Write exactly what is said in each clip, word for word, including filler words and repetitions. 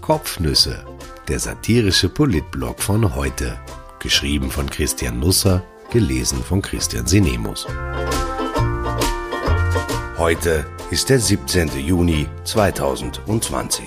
Kopfnüsse, der satirische Politblog von heute. Geschrieben von Christian Nusser, gelesen von Christian Sinemus. Heute ist der siebzehnte Juni zweitausendzwanzig.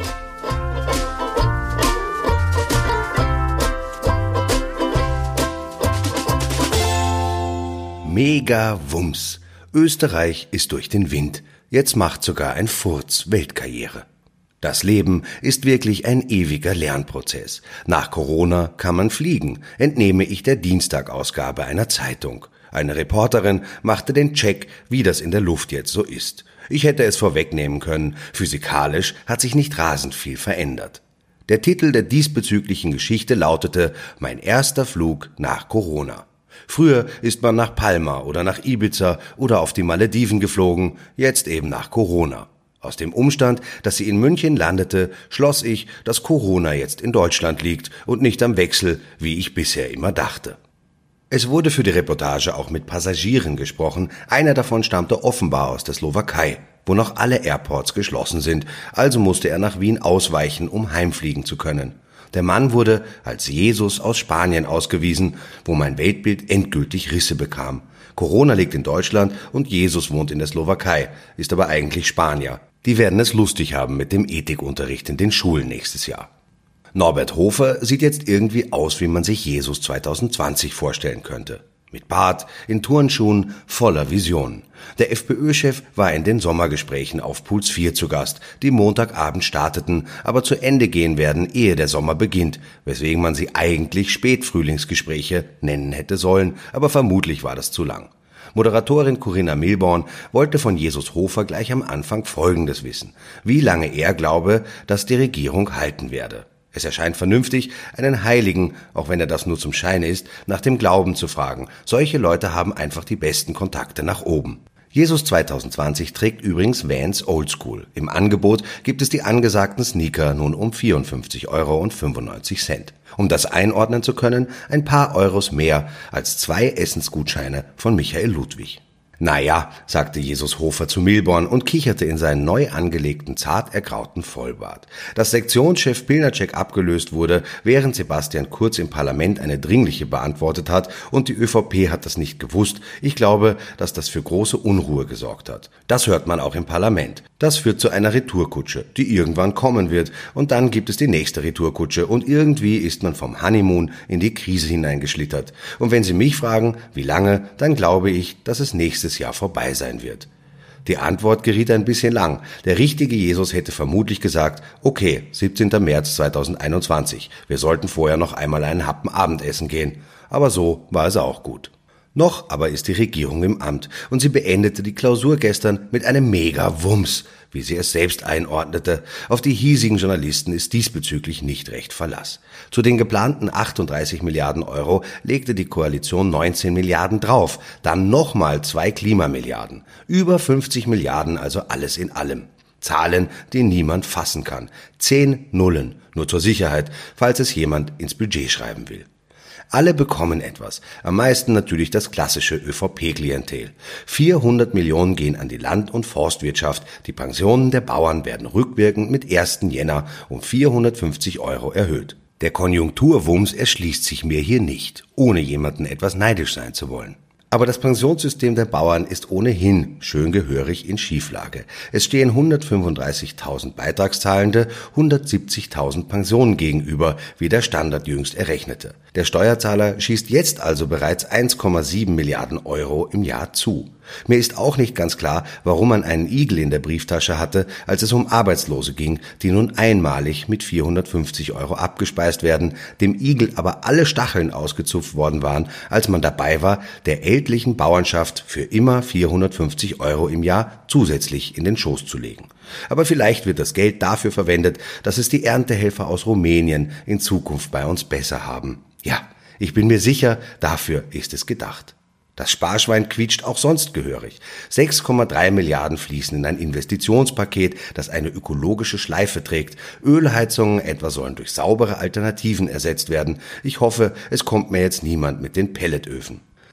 Mega Wumms. Österreich ist durch den Wind. Jetzt macht sogar ein Furz Weltkarriere. Das Leben ist wirklich ein ewiger Lernprozess. Nach Corona kann man fliegen, entnehme ich der Dienstagausgabe einer Zeitung. Eine Reporterin machte den Check, wie das in der Luft jetzt so ist. Ich hätte es vorwegnehmen können, physikalisch hat sich nicht rasend viel verändert. Der Titel der diesbezüglichen Geschichte lautete »Mein erster Flug nach Corona«. Früher ist man nach Palma oder nach Ibiza oder auf die Malediven geflogen, jetzt eben nach Corona. Aus dem Umstand, dass sie in München landete, schloss ich, dass Corona jetzt in Deutschland liegt und nicht am Wechsel, wie ich bisher immer dachte. Es wurde für die Reportage auch mit Passagieren gesprochen, einer davon stammte offenbar aus der Slowakei, wo noch alle Airports geschlossen sind, also musste er nach Wien ausweichen, um heimfliegen zu können. Der Mann wurde als Jesus aus Spanien ausgewiesen, wo mein Weltbild endgültig Risse bekam. Corona liegt in Deutschland und Jesus wohnt in der Slowakei, ist aber eigentlich Spanier. Die werden es lustig haben mit dem Ethikunterricht in den Schulen nächstes Jahr. Norbert Hofer sieht jetzt irgendwie aus, wie man sich Jesus zweitausendzwanzig vorstellen könnte. Mit Bart, in Turnschuhen, voller Visionen. Der FPÖ-Chef war in den Sommergesprächen auf Puls vier zu Gast, die Montagabend starteten, aber zu Ende gehen werden, ehe der Sommer beginnt, weswegen man sie eigentlich Spätfrühlingsgespräche nennen hätte sollen, aber vermutlich war das zu lang. Moderatorin Corinna Milborn wollte von Jesus Hofer gleich am Anfang Folgendes wissen: Wie lange er glaube, dass die Regierung halten werde. Es erscheint vernünftig, einen Heiligen, auch wenn er das nur zum Schein ist, nach dem Glauben zu fragen. Solche Leute haben einfach die besten Kontakte nach oben. Jesus zweitausendzwanzig trägt übrigens Vans Oldschool. Im Angebot gibt es die angesagten Sneaker nun um vierundfünfzig Euro fünfundneunzig. Um das einordnen zu können, ein paar Euros mehr als zwei Essensgutscheine von Michael Ludwig. Naja, sagte Jesus Hofer zu Milborn und kicherte in seinen neu angelegten, zart ergrauten Vollbart. Dass Sektionschef Pilnacek abgelöst wurde, während Sebastian Kurz im Parlament eine Dringliche beantwortet hat und die ÖVP hat das nicht gewusst. Ich glaube, dass das für große Unruhe gesorgt hat. Das hört man auch im Parlament. Das führt zu einer Retourkutsche, die irgendwann kommen wird und dann gibt es die nächste Retourkutsche und irgendwie ist man vom Honeymoon in die Krise hineingeschlittert. Und wenn Sie mich fragen, wie lange, dann glaube ich, dass es nächstes Jahr vorbei sein wird. Die Antwort geriet ein bisschen lang. Der richtige Jesus hätte vermutlich gesagt, okay, siebzehnten März zweitausendeinundzwanzig, wir sollten vorher noch einmal einen Happen Abendessen gehen. Aber so war es auch gut. Noch aber ist die Regierung im Amt und sie beendete die Klausur gestern mit einem Mega-Wumms, wie sie es selbst einordnete. Auf die hiesigen Journalisten ist diesbezüglich nicht recht Verlass. Zu den geplanten achtunddreißig Milliarden Euro legte die Koalition neunzehn Milliarden drauf, dann nochmal zwei Klimamilliarden. Über fünfzig Milliarden, also alles in allem. Zahlen, die niemand fassen kann. Zehn Nullen, nur zur Sicherheit, falls es jemand ins Budget schreiben will. Alle bekommen etwas, am meisten natürlich das klassische ÖVP-Klientel. vierhundert Millionen gehen an die Land- und Forstwirtschaft, die Pensionen der Bauern werden rückwirkend mit ersten Jänner um vierhundertfünfzig Euro erhöht. Der Konjunkturwumms erschließt sich mir hier nicht, ohne jemanden etwas neidisch sein zu wollen. Aber das Pensionssystem der Bauern ist ohnehin schön gehörig in Schieflage. Es stehen hundertfünfunddreißigtausend Beitragszahlende, hundertsiebzigtausend Pensionen gegenüber, wie der Standard jüngst errechnete. Der Steuerzahler schießt jetzt also bereits eins Komma sieben Milliarden Euro im Jahr zu. Mir ist auch nicht ganz klar, warum man einen Igel in der Brieftasche hatte, als es um Arbeitslose ging, die nun einmalig mit vierhundertfünfzig Euro abgespeist werden, dem Igel aber alle Stacheln ausgezupft worden waren, als man dabei war, der ältlichen Bauernschaft für immer vierhundertfünfzig Euro im Jahr zusätzlich in den Schoß zu legen. Aber vielleicht wird das Geld dafür verwendet, dass es die Erntehelfer aus Rumänien in Zukunft bei uns besser haben. Ja, ich bin mir sicher, dafür ist es gedacht. Das Sparschwein quietscht auch sonst gehörig. sechs Komma drei Milliarden fließen in ein Investitionspaket, das eine ökologische Schleife trägt. Ölheizungen etwa sollen durch saubere Alternativen ersetzt werden. Ich hoffe, es kommt mir jetzt niemand mit den Pelletöfen.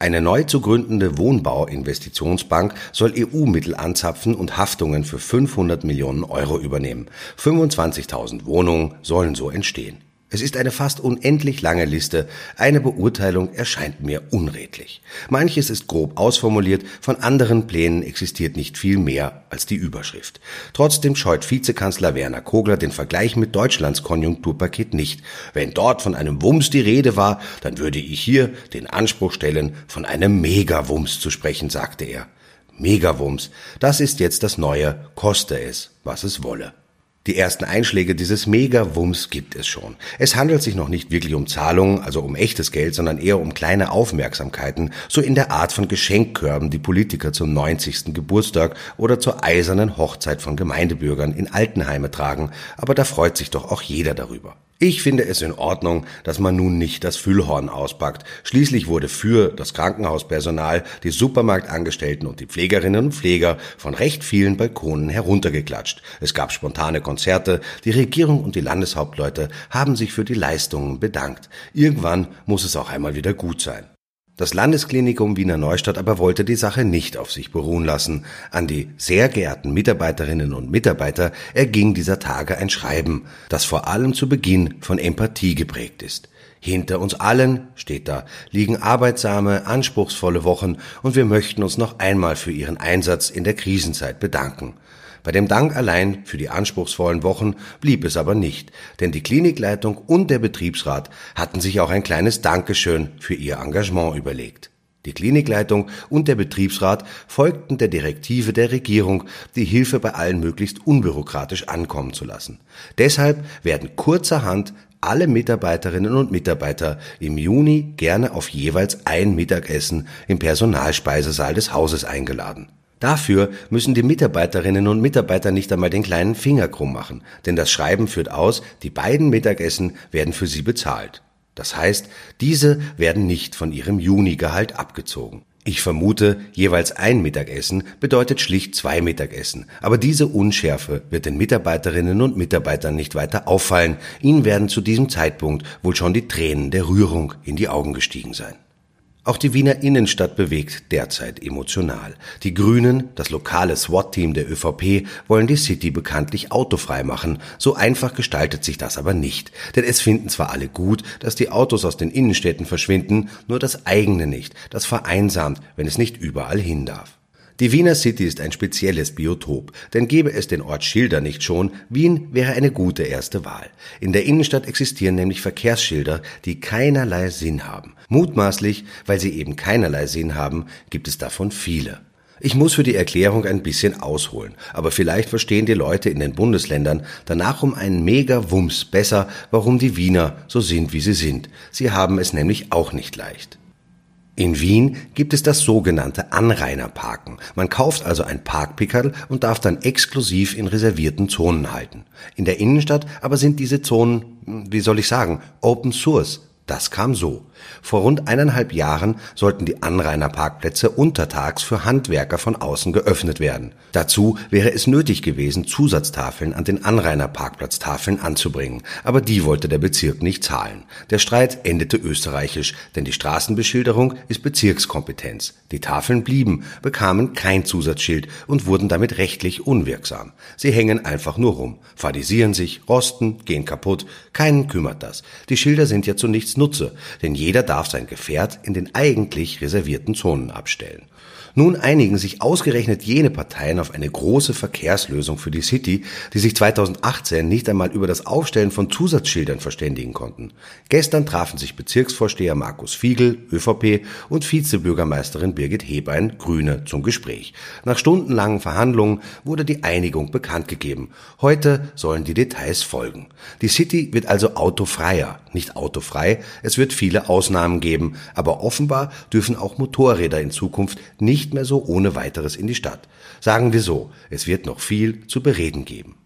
Eine neu zu gründende Wohnbau-Investitionsbank soll E U-Mittel anzapfen und Haftungen für fünfhundert Millionen Euro übernehmen. fünfundzwanzigtausend Wohnungen sollen so entstehen. Es ist eine fast unendlich lange Liste. Eine Beurteilung erscheint mir unredlich. Manches ist grob ausformuliert, von anderen Plänen existiert nicht viel mehr als die Überschrift. Trotzdem scheut Vizekanzler Werner Kogler den Vergleich mit Deutschlands Konjunkturpaket nicht. Wenn dort von einem Wumms die Rede war, dann würde ich hier den Anspruch stellen, von einem Megawumms zu sprechen, sagte er. Megawumms, das ist jetzt das Neue, koste es, was es wolle. Die ersten Einschläge dieses Megawumms gibt es schon. Es handelt sich noch nicht wirklich um Zahlungen, also um echtes Geld, sondern eher um kleine Aufmerksamkeiten, so in der Art von Geschenkkörben, die Politiker zum neunzigsten Geburtstag oder zur eisernen Hochzeit von Gemeindebürgern in Altenheime tragen, aber da freut sich doch auch jeder darüber. Ich finde es in Ordnung, dass man nun nicht das Füllhorn auspackt. Schließlich wurde für das Krankenhauspersonal, die Supermarktangestellten und die Pflegerinnen und Pfleger von recht vielen Balkonen heruntergeklatscht. Es gab spontane Konzerte, die Regierung und die Landeshauptleute haben sich für die Leistungen bedankt. Irgendwann muss es auch einmal wieder gut sein. Das Landesklinikum Wiener Neustadt aber wollte die Sache nicht auf sich beruhen lassen. An die sehr geehrten Mitarbeiterinnen und Mitarbeiter erging dieser Tage ein Schreiben, das vor allem zu Beginn von Empathie geprägt ist. Hinter uns allen, steht da, liegen arbeitsame, anspruchsvolle Wochen und wir möchten uns noch einmal für Ihren Einsatz in der Krisenzeit bedanken. Bei dem Dank allein für die anspruchsvollen Wochen blieb es aber nicht, denn die Klinikleitung und der Betriebsrat hatten sich auch ein kleines Dankeschön für ihr Engagement überlegt. Die Klinikleitung und der Betriebsrat folgten der Direktive der Regierung, die Hilfe bei allen möglichst unbürokratisch ankommen zu lassen. Deshalb werden kurzerhand alle Mitarbeiterinnen und Mitarbeiter im Juni gerne auf jeweils ein Mittagessen im Personalspeisesaal des Hauses eingeladen. Dafür müssen die Mitarbeiterinnen und Mitarbeiter nicht einmal den kleinen Finger krumm machen, denn das Schreiben führt aus, die beiden Mittagessen werden für sie bezahlt. Das heißt, diese werden nicht von ihrem Junigehalt abgezogen. Ich vermute, jeweils ein Mittagessen bedeutet schlicht zwei Mittagessen, aber diese Unschärfe wird den Mitarbeiterinnen und Mitarbeitern nicht weiter auffallen, ihnen werden zu diesem Zeitpunkt wohl schon die Tränen der Rührung in die Augen gestiegen sein. Auch die Wiener Innenstadt bewegt derzeit emotional. Die Grünen, das lokale SWAT-Team der ÖVP, wollen die City bekanntlich autofrei machen. So einfach gestaltet sich das aber nicht. Denn es finden zwar alle gut, dass die Autos aus den Innenstädten verschwinden, nur das eigene nicht. Das vereinsamt, wenn es nicht überall hin darf. Die Wiener City ist ein spezielles Biotop, denn gäbe es den Ort Schilder nicht schon, Wien wäre eine gute erste Wahl. In der Innenstadt existieren nämlich Verkehrsschilder, die keinerlei Sinn haben. Mutmaßlich, weil sie eben keinerlei Sinn haben, gibt es davon viele. Ich muss für die Erklärung ein bisschen ausholen, aber vielleicht verstehen die Leute in den Bundesländern danach um einen Mega-Wumms besser, warum die Wiener so sind, wie sie sind. Sie haben es nämlich auch nicht leicht. In Wien gibt es das sogenannte Anrainerparken. Man kauft also ein Parkpickerl und darf dann exklusiv in reservierten Zonen halten. In der Innenstadt aber sind diese Zonen, wie soll ich sagen, Open Source. Das kam so. Vor rund eineinhalb Jahren sollten die Anrainerparkplätze untertags für Handwerker von außen geöffnet werden. Dazu wäre es nötig gewesen, Zusatztafeln an den Anrainerparkplatztafeln anzubringen. Aber die wollte der Bezirk nicht zahlen. Der Streit endete österreichisch, denn die Straßenbeschilderung ist Bezirkskompetenz. Die Tafeln blieben, bekamen kein Zusatzschild und wurden damit rechtlich unwirksam. Sie hängen einfach nur rum, fadisieren sich, rosten, gehen kaputt. Keinen kümmert das. Die Schilder sind ja zu nichts Nutze, denn jeder darf sein Gefährt in den eigentlich reservierten Zonen abstellen. Nun einigen sich ausgerechnet jene Parteien auf eine große Verkehrslösung für die City, die sich zweitausendachtzehn nicht einmal über das Aufstellen von Zusatzschildern verständigen konnten. Gestern trafen sich Bezirksvorsteher Markus Fiegel, ÖVP, und Vizebürgermeisterin Birgit Hebein, Grüne, zum Gespräch. Nach stundenlangen Verhandlungen wurde die Einigung bekannt gegeben. Heute sollen die Details folgen. Die City wird also autofreier, nicht autofrei. Es wird viele Ausnahmen geben, aber offenbar dürfen auch Motorräder in Zukunft nicht nicht mehr so ohne weiteres in die Stadt. Sagen wir so, es wird noch viel zu bereden geben.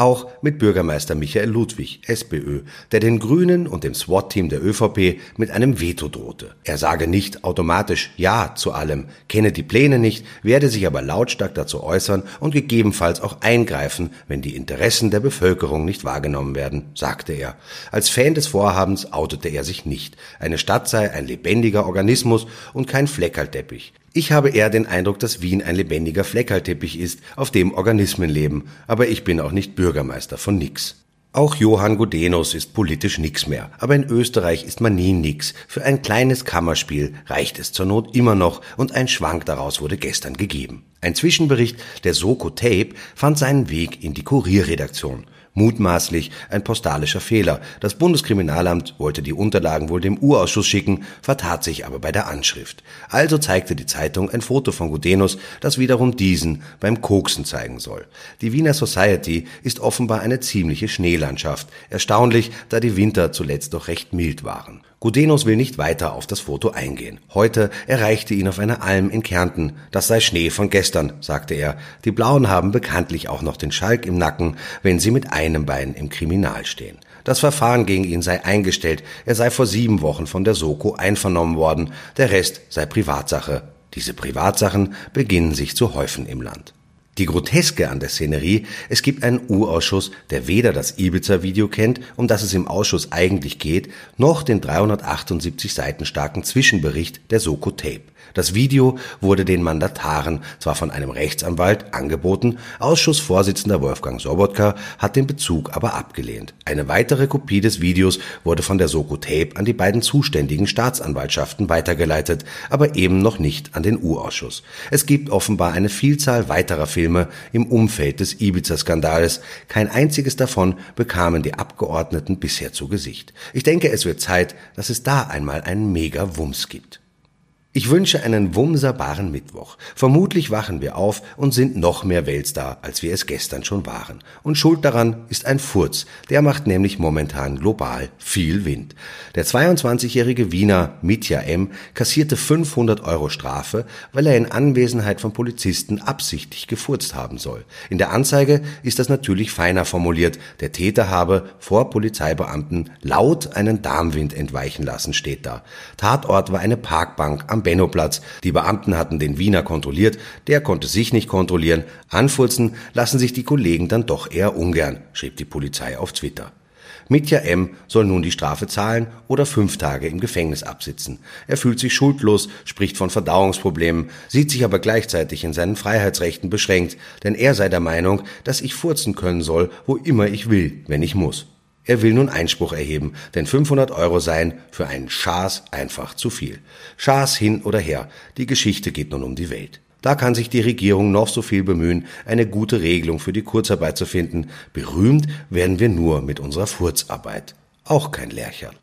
Auch mit Bürgermeister Michael Ludwig, SPÖ, der den Grünen und dem SWAT-Team der ÖVP mit einem Veto drohte. Er sage nicht automatisch Ja zu allem, kenne die Pläne nicht, werde sich aber lautstark dazu äußern und gegebenenfalls auch eingreifen, wenn die Interessen der Bevölkerung nicht wahrgenommen werden, sagte er. Als Fan des Vorhabens outete er sich nicht. Eine Stadt sei ein lebendiger Organismus und kein Fleckerlteppich. Ich habe eher den Eindruck, dass Wien ein lebendiger Fleckerlteppich ist, auf dem Organismen leben, aber ich bin auch nicht Bürgermeister von nix. Auch Johann Gudenus ist politisch nix mehr, aber in Österreich ist man nie nix. Für ein kleines Kammerspiel reicht es zur Not immer noch und ein Schwank daraus wurde gestern gegeben. Ein Zwischenbericht der Soko Tape fand seinen Weg in die Kurierredaktion. Mutmaßlich ein postalischer Fehler. Das Bundeskriminalamt wollte die Unterlagen wohl dem U-Ausschuss schicken, vertat sich aber bei der Anschrift. Also zeigte die Zeitung ein Foto von Gudenus, das wiederum diesen beim Koksen zeigen soll. Die Wiener Society ist offenbar eine ziemliche Schneelandschaft. Erstaunlich, da die Winter zuletzt doch recht mild waren. Gudenus will nicht weiter auf das Foto eingehen. Heute erreichte ihn auf einer Alm in Kärnten. Das sei Schnee von gestern, sagte er. Die Blauen haben bekanntlich auch noch den Schalk im Nacken, wenn sie mit einem Bein im Kriminal stehen. Das Verfahren gegen ihn sei eingestellt. Er sei vor sieben Wochen von der Soko einvernommen worden. Der Rest sei Privatsache. Diese Privatsachen beginnen sich zu häufen im Land. Die Groteske an der Szenerie: Es gibt einen U-Ausschuss, der weder das Ibiza-Video kennt, um das es im Ausschuss eigentlich geht, noch den dreihundertachtundsiebzig Seiten starken Zwischenbericht der Soko Tape. Das Video wurde den Mandataren zwar von einem Rechtsanwalt angeboten, Ausschussvorsitzender Wolfgang Sobotka hat den Bezug aber abgelehnt. Eine weitere Kopie des Videos wurde von der Soko Tape an die beiden zuständigen Staatsanwaltschaften weitergeleitet, aber eben noch nicht an den U-Ausschuss. Es gibt offenbar eine Vielzahl weiterer Filme im Umfeld des Ibiza-Skandals. Kein einziges davon bekamen die Abgeordneten bisher zu Gesicht. Ich denke, es wird Zeit, dass es da einmal einen Mega-Wumms gibt. Ich wünsche einen wumserbaren Mittwoch. Vermutlich wachen wir auf und sind noch mehr Weltstar, als wir es gestern schon waren. Und schuld daran ist ein Furz. Der macht nämlich momentan global viel Wind. Der zweiundzwanzigjährige Wiener Mitja M. kassierte fünfhundert Euro Strafe, weil er in Anwesenheit von Polizisten absichtlich gefurzt haben soll. In der Anzeige ist das natürlich feiner formuliert. Der Täter habe vor Polizeibeamten laut einen Darmwind entweichen lassen, steht da. Tatort war eine Parkbank am Bennoplatz. Die Beamten hatten den Wiener kontrolliert, der konnte sich nicht kontrollieren. Anfurzen lassen sich die Kollegen dann doch eher ungern, schrieb die Polizei auf Twitter. Mitja M. soll nun die Strafe zahlen oder fünf Tage im Gefängnis absitzen. Er fühlt sich schuldlos, spricht von Verdauungsproblemen, sieht sich aber gleichzeitig in seinen Freiheitsrechten beschränkt, denn er sei der Meinung, dass ich furzen können soll, wo immer ich will, wenn ich muss. Er will nun Einspruch erheben, denn fünfhundert Euro seien für einen Schaß einfach zu viel. Schaß hin oder her, die Geschichte geht nun um die Welt. Da kann sich die Regierung noch so viel bemühen, eine gute Regelung für die Kurzarbeit zu finden. Berühmt werden wir nur mit unserer Furzarbeit. Auch kein Lärcherl.